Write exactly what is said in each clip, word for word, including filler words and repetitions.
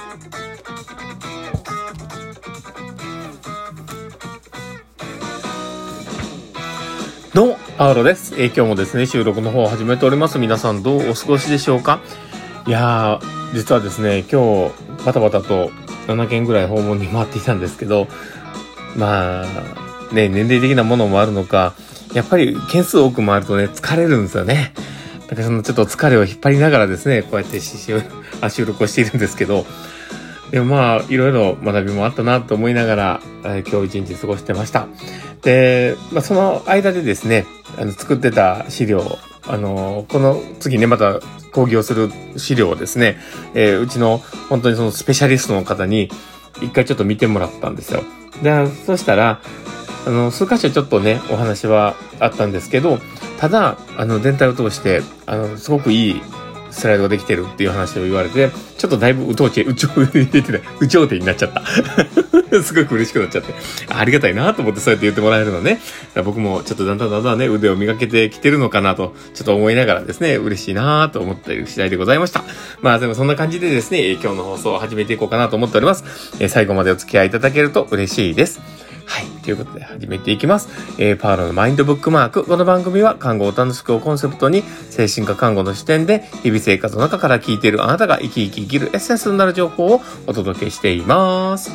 どうも、パウロです。えー、今日もですね、収録の方を始めております。皆さんどうお過ごしでしょうか？いやー、実はですね、今日、バタバタとななけんぐらい訪問に回っていたんですけど、まあ、ね、年齢的なものもあるのか、やっぱり件数多く回るとね、疲れるんですよね。だからそのちょっと疲れを引っ張りながらですね、こうやって収録をしているんですけど、でもまあ、いろいろ学びもあったなと思いながら、えー、今日一日過ごしてました。で、まあ、その間でですね、あの、作ってた資料、あの、この次ね、また講義をする資料をですね、えー、うちの本当にそのスペシャリストの方に一回ちょっと見てもらったんですよ。で、そしたら、あの、数箇所ちょっとね、お話はあったんですけど、ただ、あの、全体を通して、あの、すごくいいスライドができてるっていう話を言われて、ちょっとだいぶうとうち、うちょうてない、うちょうてになっちゃった。すごく嬉しくなっちゃって。ありがたいなと思ってそうやって言ってもらえるのね。僕もちょっとだんだんだんだんね、腕を磨けてきてるのかなと、ちょっと思いながらですね、嬉しいなと思っている次第でございました。まあでもそんな感じでですね、今日の放送を始めていこうかなと思っております。えー、最後までお付き合いいただけると嬉しいです。はい。ということで始めていきます。えー、パウロのマインドブックマーク。この番組は看護を楽しくをコンセプトに精神科看護の視点で日々生活の中から聞いているあなたが生き生き生きるエッセンスになる情報をお届けしています。はい。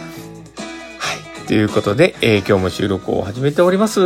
ということで、えー、今日も収録を始めております。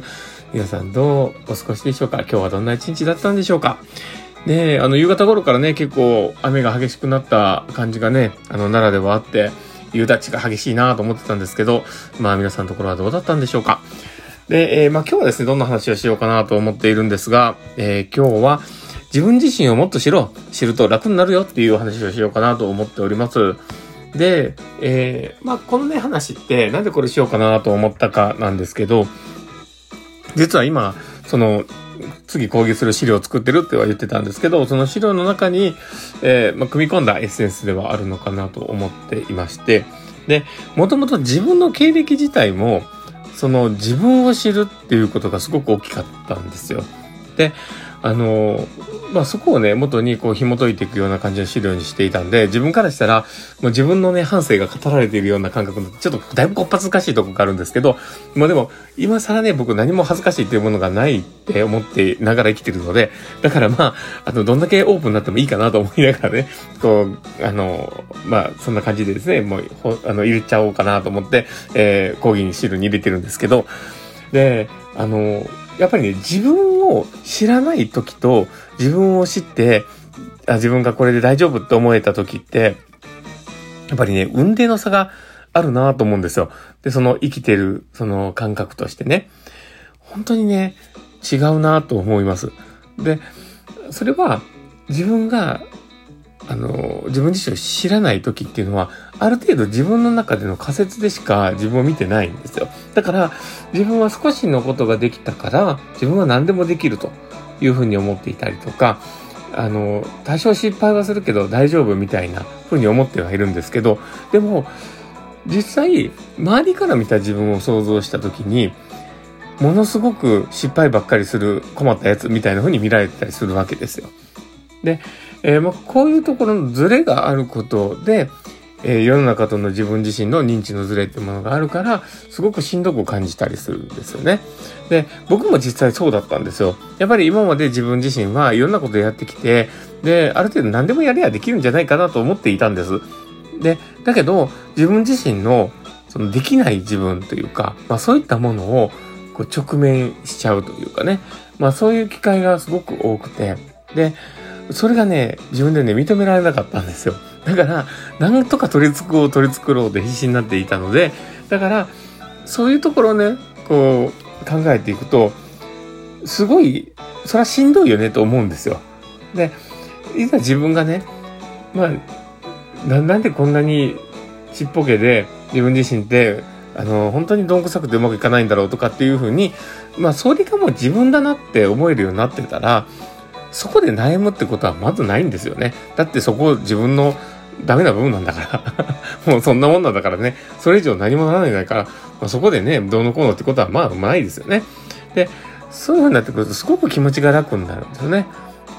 皆さんどうお過ごしでしょうか？今日はどんな一日だったんでしょうか？ねえ、あの夕方頃からね、結構雨が激しくなった感じがね、あの奈良ではあって、夕立が激しいなと思ってたんですけど、まあ皆さんのところはどうだったんでしょうか。で、えー、まあ今日はですね、どんな話をしようかなと思っているんですが、えー、今日は自分自身をもっと知ろう、知ると楽になるよっていう話をしようかなと思っております。で、えー、まあこのね話ってなんでこれしようかなと思ったかなんですけど、実は今、その、次講義する資料を作ってるっては言ってたんですけど、その資料の中に、えーまあ、組み込んだエッセンスではあるのかなと思っていまして、で、もともと自分の経歴自体も、その自分を知るっていうことがすごく大きかったんですよ。で、あの、まあ、そこをね、元にこう紐解いていくような感じの資料にしていたんで、自分からしたら、もう自分のね、反省が語られているような感覚の、ちょっとだいぶこっぱずかしいところがあるんですけど、まあでも、今更ね、僕何も恥ずかしいっていうものがないって思ってながら生きてるので、だからまあ、あの、どんだけオープンになってもいいかなと思いながらね、こう、あの、まあ、そんな感じでですね、もう、あの、入れちゃおうかなと思って、えー、講義に資料に入れてるんですけど、で、あの、やっぱりね、自分を知らない時と自分を知ってあ自分がこれで大丈夫って思えた時ってやっぱりね、運命の差があるなと思うんですよ。で、その生きてるその感覚としてね、本当にね、違うなと思います。で、それは自分があの自分自身を知らない時っていうのはある程度自分の中での仮説でしか自分を見てないんですよ。だから自分は少しのことができたから自分は何でもできるというふうに思っていたりとか、あの多少失敗はするけど大丈夫みたいなふうに思ってはいるんですけど、でも実際周りから見た自分を想像した時にものすごく失敗ばっかりする困ったやつみたいなふうに見られたりするわけですよ。で、えーまあ、こういうところのズレがあることで、えー、世の中との自分自身の認知のズレっていうものがあるからすごくしんどく感じたりするんですよね。で、僕も実際そうだったんですよ。やっぱり今まで自分自身はいろんなことやってきて、で、ある程度何でもやればできるんじゃないかなと思っていたんです。で、だけど自分自身のそのできない自分というか、まあ、そういったものをこう直面しちゃうというかね、まあそういう機会がすごく多くて、でそれがね、自分でね、認められなかったんですよ。だから、なんとか取り繕おう取り繕おうで必死になっていたので、だから、そういうところをね、こう、考えていくと、すごい、それはしんどいよねと思うんですよ。で、いざ自分がね、まあ、な, なんでこんなにちっぽけで、自分自身って、あの、本当にどんくさくてうまくいかないんだろうとかっていうふうに、まあ、それがもう自分だなって思えるようになってたら、そこで悩むってことはまずないんですよね。だってそこ自分のダメな部分なんだからもうそんなもんなんだからね、それ以上何もならないから、まあ、そこでねどうのこうのってことはまあないですよね。で、そういう風になってくるとすごく気持ちが楽になるんですよね。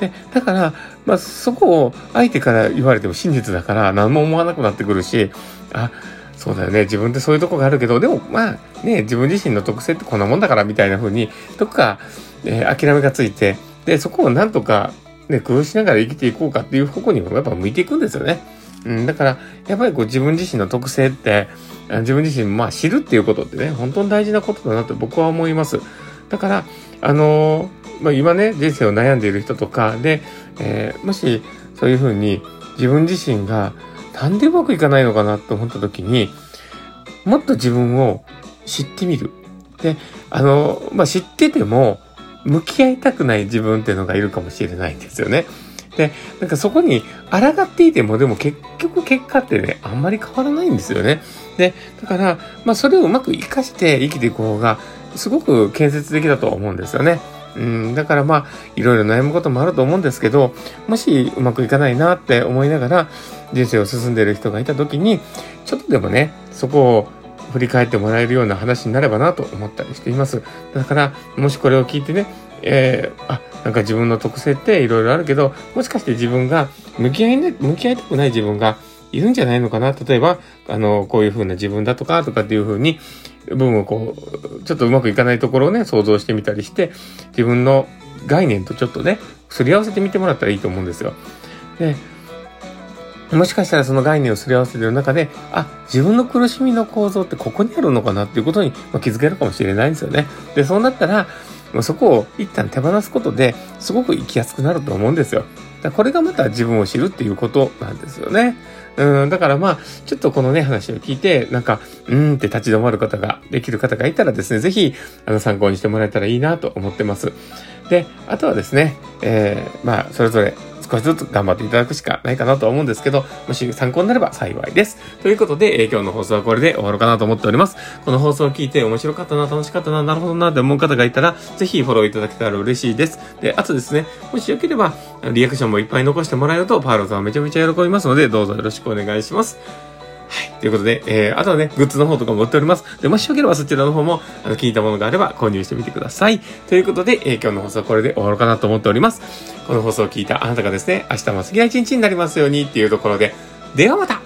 で、だから、まあ、そこを相手から言われても真実だから何も思わなくなってくるし、あ、そうだよね。自分ってそういうとこがあるけど、でもまあね、自分自身の特性ってこんなもんだからみたいな風に、どっか、えー、諦めがついて、で、そこをなんとかね、工夫しながら生きていこうかっていう方向にもやっぱ向いていくんですよね。うん、だから、やっぱりこう自分自身の特性って、自分自身、まあ知るっていうことってね、本当に大事なことだなって僕は思います。だから、あのー、まあ今ね、人生を悩んでいる人とかで、えー、もしそういう風に自分自身がなんでうまくいかないのかなと思った時に、もっと自分を知ってみる。で、あの、まあ、知ってても、向き合いたくない自分っていうのがいるかもしれないんですよね。で、なんかそこに抗っていても、でも結局結果ってね、あんまり変わらないんですよね。で、だから、まあ、それをうまく活かして生きていく方が、すごく建設的だと思うんですよね。うん、だからまあ、いろいろ悩むこともあると思うんですけど、もしうまくいかないなって思いながら、人生を進んでいる人がいた時に、ちょっとでもね、そこを振り返ってもらえるような話になればなと思ったりしています。だから、もしこれを聞いてね、えー、あ、なんか自分の特性っていろいろあるけど、もしかして自分が向き合いね、向き合いたくない自分がいるんじゃないのかな。例えば、あの、こういう風な自分だとか、とかっていう風に、部分をこう、ちょっとうまくいかないところをね、想像してみたりして、自分の概念とちょっとね、すり合わせてみてもらったらいいと思うんですよ。で、もしかしたらその概念をすり合わせている中で、あ、自分の苦しみの構造ってここにあるのかなっていうことに気づけるかもしれないんですよね。で、そうなったら、そこを一旦手放すことですごく生きやすくなると思うんですよ。だからこれがまた自分を知るっていうことなんですよね。うん、だからまあ、ちょっとこのね、話を聞いて、なんか、うーんって立ち止まる方が、できる方がいたらですね、ぜひ、あの、参考にしてもらえたらいいなと思ってます。で、あとはですね、えー、まあ、それぞれ、少しずつ頑張っていただくしかないかなと思うんですけど、もし参考になれば幸いです。ということで、えー、今日の放送はこれで終わろうかなと思っております。この放送を聞いて面白かったな、楽しかったな、なるほどなって思う方がいたら、ぜひフォローいただけたら嬉しいです。で、あとですね、もしよければ、リアクションもいっぱい残してもらえると、パーロさんはめちゃめちゃ喜びますので、どうぞよろしくお願いします。はい。ということで、えー、あとはね、グッズの方とかも売っております。で、もしよければそちらの方も、あの、気に入ったものがあれば購入してみてください。ということで、えー、今日の放送はこれで終わろうかなと思っております。この放送を聞いたあなたがですね、明日も素敵な一日になりますようにっていうところで、ではまた